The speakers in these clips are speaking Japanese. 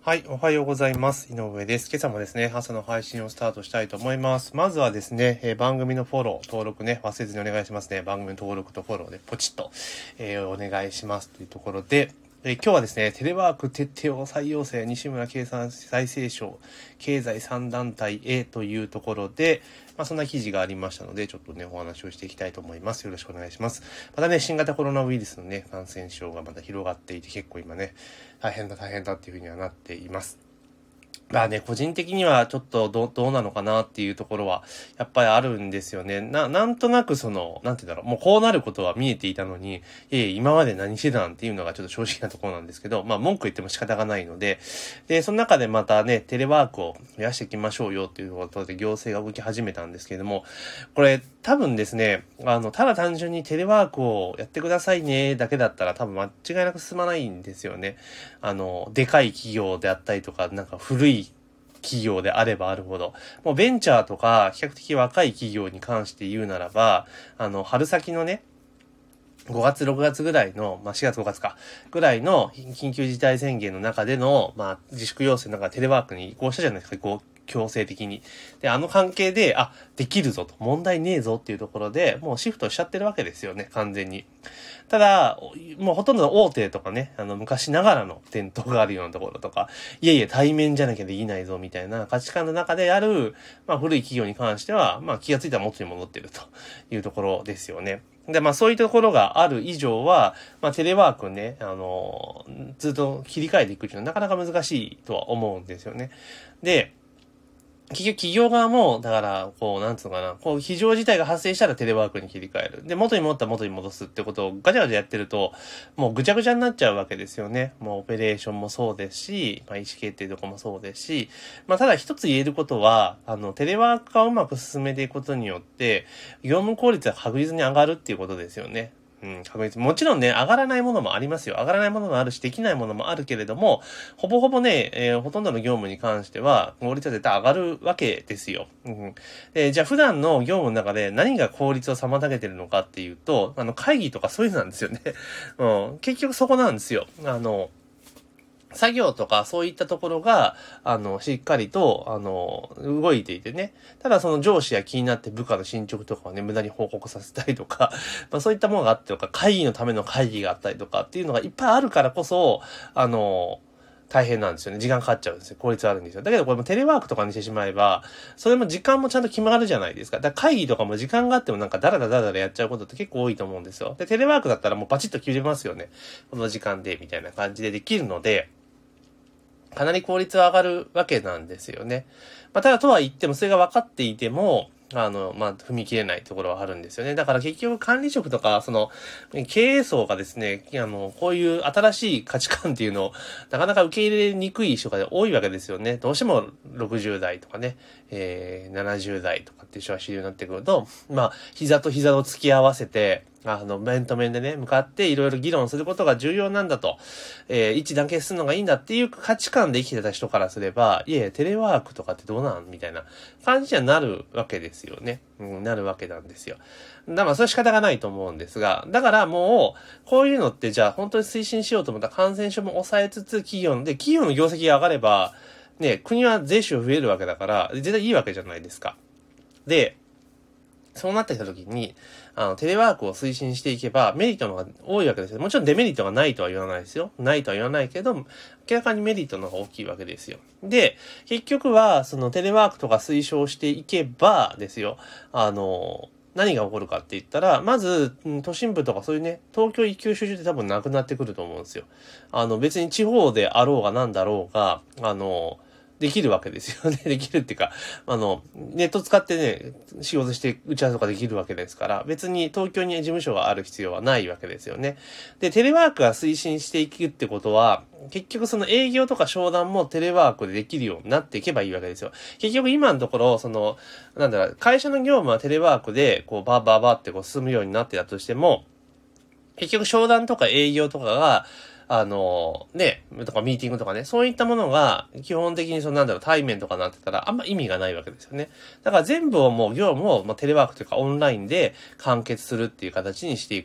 はい、おはようございます。井上です。今朝もですね、朝の配信をスタートしたいと思います。まずはですね、番組のフォロー、登録ね、忘れずにお願いしますね。番組の登録とフォローでポチッと、お願いしますというところで、今日はですね、テレワーク徹底を最要請、西村経産再生省経済3団体へというところで、そんな記事がありましたので、ちょっとね、お話をしていきたいと思います。よろしくお願いします。またね、新型コロナウイルスのね、感染症がまた広がっていて、結構今ね、大変だっていうふうにはなっています。個人的にはちょっとどうなのかなっていうところは、やっぱりあるんですよね。なんとなくなんて言うんだろう、もうこうなることは見えていたのに、今まで何してたんっていうのがちょっと正直なところなんですけど、文句言っても仕方がないので、で、その中でまたね、テレワークを増やしていきましょうよっていうことで行政が動き始めたんですけれども、これ多分ですね、ただ単純にテレワークをやってくださいね、だけだったら多分間違いなく進まないんですよね。でかい企業であったりとか、なんか古い企業であればあるほど、もうベンチャーとか比較的若い企業に関して言うならば、春先のね、5月、6月ぐらいの、4月、5月か、ぐらいの緊急事態宣言の中での、自粛要請の中でテレワークに移行したじゃないですか、強制的に。で、関係で、できるぞと、問題ねえぞっていうところで、もうシフトしちゃってるわけですよね、完全に。ただ、もうほとんどの大手とかね、昔ながらの伝統があるようなところとか、対面じゃなきゃできないぞみたいな価値観の中である、古い企業に関しては、気がついたら元に戻っているというところですよね。で、そういうところがある以上は、テレワークね、ずっと切り替えていくっていうのはなかなか難しいとは思うんですよね。で、結局企業側も、だから、なんつうのかな、非常事態が発生したらテレワークに切り替える。で、元に戻ったら元に戻すってことをガチャガチャやってると、もうぐちゃぐちゃになっちゃうわけですよね。もうオペレーションもそうですし、意思決定とかもそうですし、ただ一つ言えることは、テレワーク化をうまく進めていくことによって、業務効率が確実に上がるっていうことですよね。確実。もちろんね、上がらないものもありますよ。上がらないものもあるし、できないものもあるけれども、ほぼほぼね、ほとんどの業務に関しては、効率は絶対上がるわけですよ。じゃあ普段の業務の中で何が効率を妨げてるのかっていうと、会議とかそういうのなんですよね。結局そこなんですよ。作業とかそういったところが、しっかりと、動いていてね。ただその上司や気になって部下の進捗とかをね、無駄に報告させたりとか、そういったものがあってとか、会議のための会議があったりとかっていうのがいっぱいあるからこそ、大変なんですよね。時間かかっちゃうんですよ。効率あるんですよ。だけどこれもテレワークとかにしてしまえば、それも時間もちゃんと決まるじゃないですか。だから会議とかも時間があってもなんかダラダラダラダラやっちゃうことって結構多いと思うんですよ。で、テレワークだったらもうバチッと決めますよね。この時間で、みたいな感じでできるので、かなり効率は上がるわけなんですよね。ただとは言っても、それが分かっていても、踏み切れないところはあるんですよね。だから結局管理職とか、経営層がですね、こういう新しい価値観っていうのを、なかなか受け入れにくい人が多いわけですよね。どうしても60代とかね、70代とかっていう人が主流になってくると、膝と膝を突き合わせて、面と面でね、向かっていろいろ議論することが重要なんだと、一致団結するのがいいんだっていう価値観で生きてた人からすれば、テレワークとかってどうなんみたいな感じにはなるわけですよね。なるわけなんですよ。だからそれは仕方がないと思うんですが、だからもう、こういうのってじゃあ本当に推進しようと思ったら感染症も抑えつつ企業の業績が上がれば、ね、国は税収増えるわけだから、絶対いいわけじゃないですか。で、そうなってきたときに、テレワークを推進していけば、メリットの方が多いわけですよ。もちろんデメリットがないとは言わないですよ。ないとは言わないけど、明らかにメリットの方が大きいわけですよ。で、結局は、テレワークとか推奨していけば、ですよ、何が起こるかって言ったら、まず、都心部とかそういうね、東京一極集中って多分なくなってくると思うんですよ。別に地方であろうがなんだろうが、できるわけですよね。できるっていうか、ネット使ってね、仕事して打ち合わせとかできるわけですから、別に東京に事務所がある必要はないわけですよね。で、テレワークが推進していくってことは、結局その営業とか商談もテレワークでできるようになっていけばいいわけですよ。結局今のところ、会社の業務はテレワークで、バーバーバーって進むようになってたとしても、結局商談とか営業とかが、とかミーティングとかね、そういったものが、基本的に対面とかなってたら、あんま意味がないわけですよね。だから全部をもう業務を、テレワークというかオンラインで完結するっていう形にしていくと。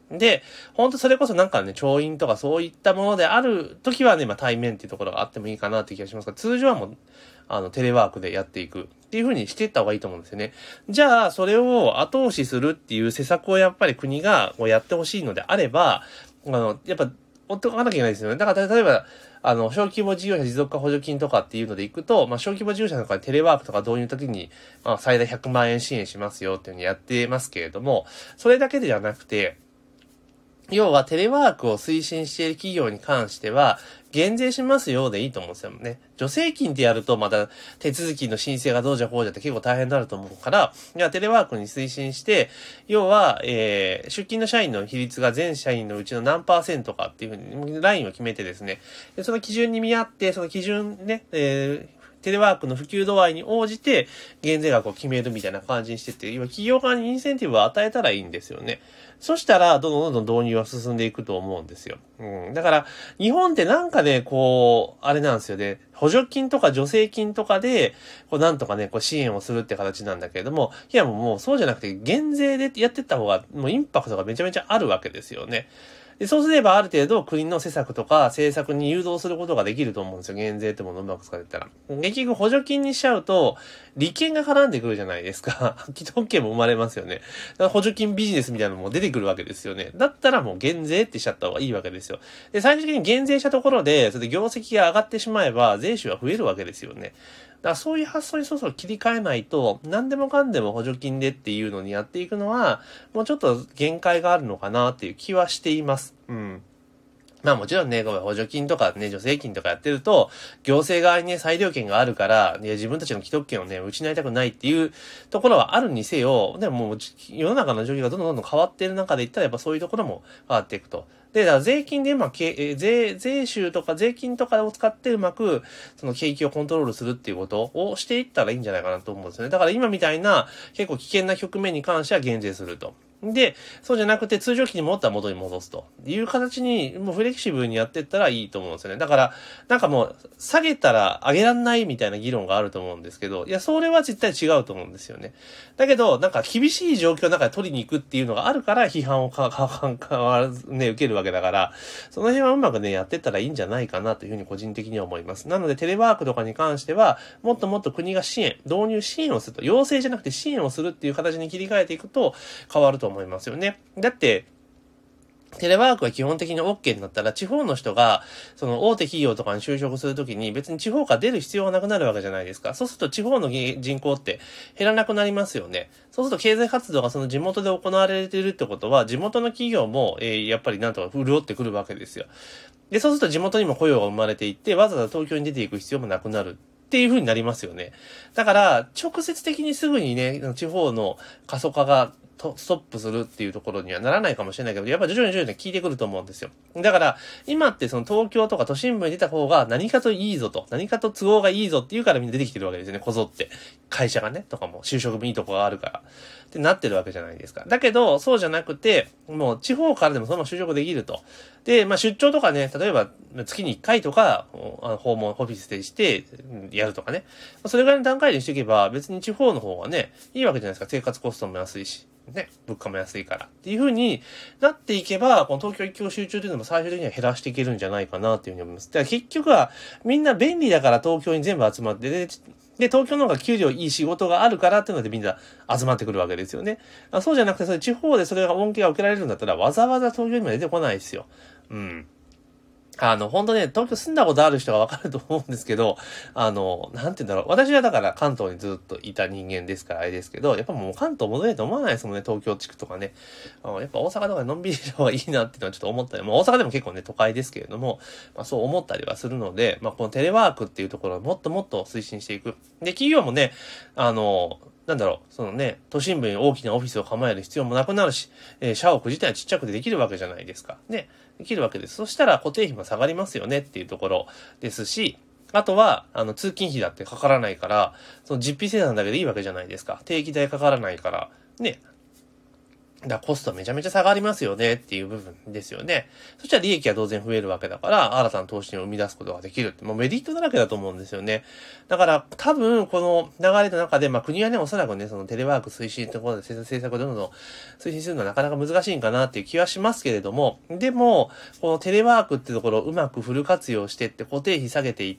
で、本当それこそなんかね、調印とかそういったものである時はね、対面っていうところがあってもいいかなって気がしますが、通常はもう、テレワークでやっていくっていう風にしていった方がいいと思うんですよね。じゃあ、それを後押しするっていう施策をやっぱり国がこうやってほしいのであれば、やっぱ、追っておかなきゃいけないですよね。だから、例えば、小規模事業者持続化補助金とかっていうのでいくと、小規模事業者とかでテレワークとか導入の時に、最大100万円支援しますよっていうのをやってますけれども、それだけではなくて、要はテレワークを推進している企業に関しては、減税しますよでいいと思うんですよね。助成金ってやるとまた手続きの申請がどうじゃこうじゃって結構大変になると思うから、いやテレワークに推進して、要は、出勤の社員の比率が全社員のうちの何%かっていうふうにラインを決めてですね、でその基準に見合って、その基準ね、テレワークの普及度合いに応じて減税額を決めるみたいな感じにしてて、今企業側にインセンティブを与えたらいいんですよね。そしたら、どんどん導入は進んでいくと思うんですよ。だから、日本ってなんかね、あれなんですよね。補助金とか助成金とかで、なんとかね、支援をするって形なんだけれども、いやもうそうじゃなくて、減税でやってった方が、もうインパクトがめちゃめちゃあるわけですよね。で、そうすればある程度国の施策とか政策に誘導することができると思うんですよ。減税ってものをうまく使ってたら。結局補助金にしちゃうと、利権が絡んでくるじゃないですか。既得権も生まれますよね。だから補助金ビジネスみたいなのも出てくるわけですよね。だったらもう減税ってしちゃった方がいいわけですよ。で、最終的に減税したところで、それで業績が上がってしまえば、税収は増えるわけですよね。だからそういう発想にそろそろ切り替えないと、何でもかんでも補助金でっていうのにやっていくのは、もうちょっと限界があるのかなっていう気はしています。もちろんね、補助金とかね、助成金とかやってると、行政側にね、裁量権があるから、自分たちの既得権をね、失いたくないっていうところはあるにせよ、でももう世の中の状況がどんどん変わっている中で言ったら、やっぱそういうところも変わっていくと。で、だから税金で税収とか税金とかを使ってうまく、その景気をコントロールするっていうことをしていったらいいんじゃないかなと思うんですよね。だから今みたいな結構危険な局面に関しては減税すると。で、そうじゃなくて通常期に戻ったら元に戻すという形にもうフレキシブルにやっていったらいいと思うんですよね。だから、なんかもう下げたら上げらんないみたいな議論があると思うんですけど、いや、それは絶対違うと思うんですよね。だけど、なんか厳しい状況の中で取りに行くっていうのがあるから批判を変わらずね、受けるわけだから、その辺はうまくね、やってったらいいんじゃないかなというふうに個人的には思います。なので、テレワークとかに関しては、もっともっと国が導入支援をすると、要請じゃなくて支援をするっていう形に切り替えていくと変わると思いますよね。だって、テレワークが基本的に OK になったら、地方の人が、その大手企業とかに就職するときに別に地方から出る必要がなくなるわけじゃないですか。そうすると地方の人口って減らなくなりますよね。そうすると経済活動がその地元で行われているってことは、地元の企業も、やっぱりなんとか潤ってくるわけですよ。で、そうすると地元にも雇用が生まれていって、わざわざ東京に出ていく必要もなくなる。っていう風になりますよね。だから、直接的にすぐにね、地方の過疎化がストップするっていうところにはならないかもしれないけど、やっぱ徐々に効いてくると思うんですよ。だから、今ってその東京とか都心部に出た方が何かといいぞと、何かと都合がいいぞっていうからみんな出てきてるわけですよね、こぞって。会社がね、とかも就職もいいとこがあるから。ってなってるわけじゃないですか。だけど、そうじゃなくて、もう地方からでもそのまま就職できると。で、出張とかね、例えば月に1回とか、訪問オフィスでして、やるとかね。それぐらいの段階でしていけば、別に地方の方がね、いいわけじゃないですか。生活コストも安いし。ね、物価も安いから。っていう風になっていけば、この東京一極集中というのも最終的には減らしていけるんじゃないかなっていうふうに思います。だから結局は、みんな便利だから東京に全部集まって、で、東京の方が給料いい仕事があるからっていうのでみんな集まってくるわけですよね。そうじゃなくて、それ地方でそれが恩恵が受けられるんだったら、わざわざ東京にも出てこないですよ。本当ね、東京住んだことある人がわかると思うんですけど、なんて言うんだろう。私はだから関東にずっといた人間ですからあれですけど、やっぱもう関東戻れと思わないですもんね、東京地区とかね。やっぱ大阪とかのんびりした方がいいなっていうのはちょっと思ったり、大阪でも結構ね、都会ですけれども、そう思ったりはするので、このテレワークっていうところをもっともっと推進していく。で、企業もね、そのね、都心部に大きなオフィスを構える必要もなくなるし、社屋自体はちっちゃくてできるわけじゃないですか。ね。できるわけです。そしたら固定費も下がりますよねっていうところですし、あとは、通勤費だってかからないから、その実費生産だけでいいわけじゃないですか。定期代かからないから、ね。 だからコストめちゃめちゃ下がりますよねっていう部分ですよね。そしたら利益は当然増えるわけだから、新たな投資を生み出すことができるって、もうメリットだらけだと思うんですよね。だから多分この流れの中で、国はね、おそらくね、そのテレワーク推進ってところで政策をどんどん推進するのはなかなか難しいんかなっていう気はしますけれども、でも、このテレワークってところをうまくフル活用してって固定費下げていって、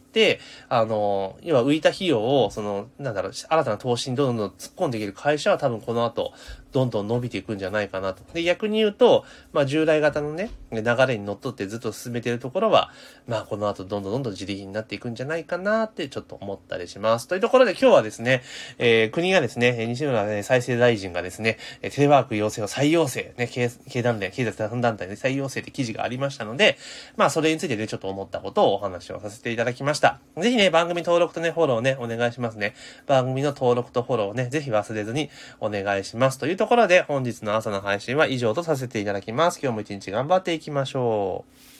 要は浮いた費用を、新たな投資にどんどん突っ込んでいける会社は多分この後、どんどん伸びていくんじゃないかなと。で、逆に言うと、従来型のね、流れに乗っ取ってずっと進めているところは、この後どんどん自力になっていくんじゃないかなってちょっと思ったりします。というところで今日はですね、国がですね、西村、再生大臣がですね、テレワーク要請を再要請、ね、経済団体で再要請って記事がありましたので、それについてね、ちょっと思ったことをお話をさせていただきました。ぜひね、番組登録とね、フォローね、お願いしますね。番組の登録とフォローね、ぜひ忘れずにお願いします。というところで、本日の朝の配信は以上とさせていただきます。今日も一日頑張っていきましょう。